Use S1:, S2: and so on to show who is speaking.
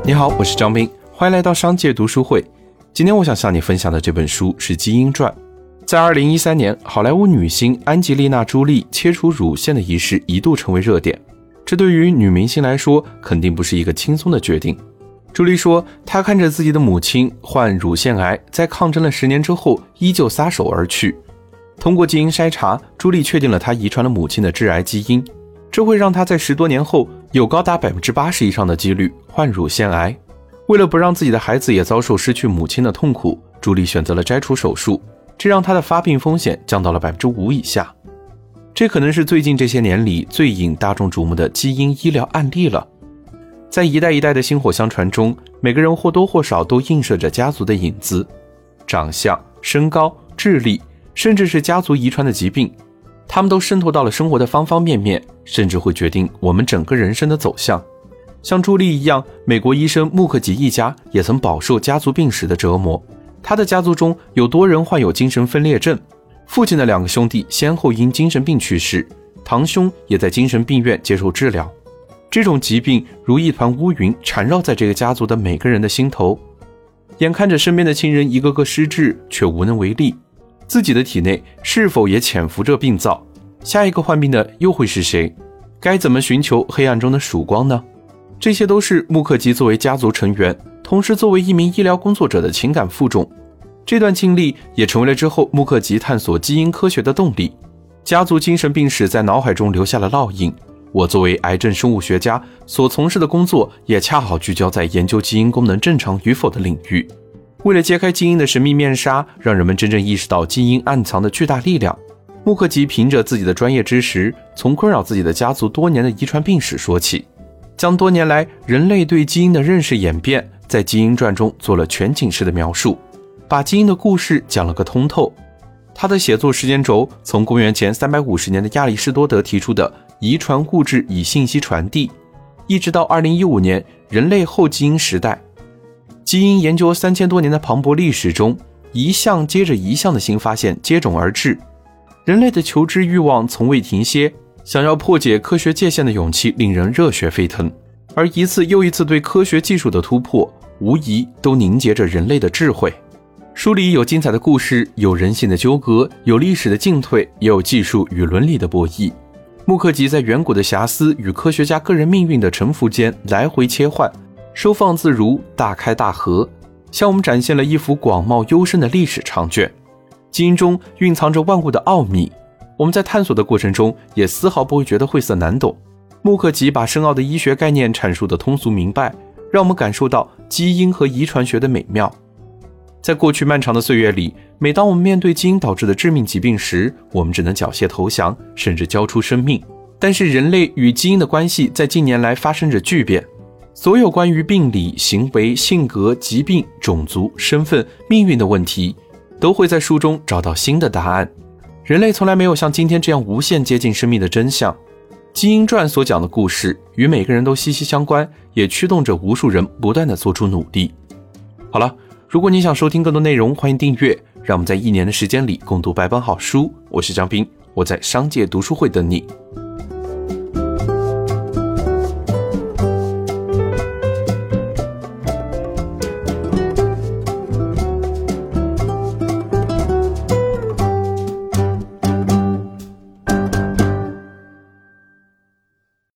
S1: 你好，我是张斌，欢迎来到商界读书会。今天我想向你分享的这本书是《基因传》。在2013年，好莱坞女星安吉丽娜·朱莉切除乳腺的一事一度成为热点。这对于女明星来说，肯定不是一个轻松的决定。朱莉说，她看着自己的母亲患乳腺癌，在抗争了10年之后，依旧撒手而去。通过基因筛查，朱莉确定了她遗传了母亲的致癌基因，这会让她在10多年后有高达80%以上的几率患乳腺癌。为了不让自己的孩子也遭受失去母亲的痛苦，朱莉选择了摘除手术，这让她的发病风险降到了5%以下。这可能是最近这些年里最引大众瞩目的基因医疗案例了。在一代一代的薪火相传中，每个人或多或少都映射着家族的影子，长相、身高、智力，甚至是家族遗传的疾病，他们都渗透到了生活的方方面面，甚至会决定我们整个人生的走向。像朱莉一样，美国医生穆克吉一家也曾饱受家族病史的折磨。他的家族中有多人患有精神分裂症，父亲的2个兄弟先后因精神病去世，堂兄也在精神病院接受治疗。这种疾病如一团乌云缠绕在这个家族的每个人的心头，眼看着身边的亲人一个个失智，却无能为力，自己的体内是否也潜伏着病灶？下一个患病的又会是谁？该怎么寻求黑暗中的曙光呢？这些都是穆克吉作为家族成员，同时作为一名医疗工作者的情感负重。这段经历也成为了之后穆克吉探索基因科学的动力。家族精神病史在脑海中留下了烙印。我作为癌症生物学家所从事的工作也恰好聚焦在研究基因功能正常与否的领域。为了揭开基因的神秘面纱，让人们真正意识到基因暗藏的巨大力量，穆克吉凭着自己的专业知识，从困扰自己的家族多年的遗传病史说起，将多年来人类对基因的认识演变在基因传中做了全景式的描述，把基因的故事讲了个通透。他的写作时间轴从公元前350年的亚里士多德提出的遗传物质以信息传递，一直到2015年人类后基因时代。基因研究3000多年的磅礴历史中，一项接着一项的新发现接踵而至，人类的求知欲望从未停歇，想要破解科学界限的勇气令人热血沸腾，而一次又一次对科学技术的突破，无疑都凝结着人类的智慧。书里有精彩的故事，有人性的纠葛，有历史的进退，也有技术与伦理的博弈。穆克吉在远古的遐思与科学家个人命运的沉浮间来回切换，收放自如，大开大合，向我们展现了一幅广袤幽深的历史长卷。基因中蕴藏着万物的奥秘，我们在探索的过程中也丝毫不会觉得晦涩难懂。穆克吉把深奥的医学概念阐述得通俗明白，让我们感受到基因和遗传学的美妙。在过去漫长的岁月里，每当我们面对基因导致的致命疾病时，我们只能缴械投降，甚至交出生命。但是人类与基因的关系在近年来发生着巨变，所有关于病理、行为、性格、疾病、种族、身份、命运的问题，都会在书中找到新的答案。人类从来没有像今天这样无限接近生命的真相。基因传所讲的故事与每个人都息息相关，也驱动着无数人不断地做出努力。好了，如果你想收听更多内容，欢迎订阅，让我们在1年的时间里共读百本好书。我是张斌，我在商界读书会等你。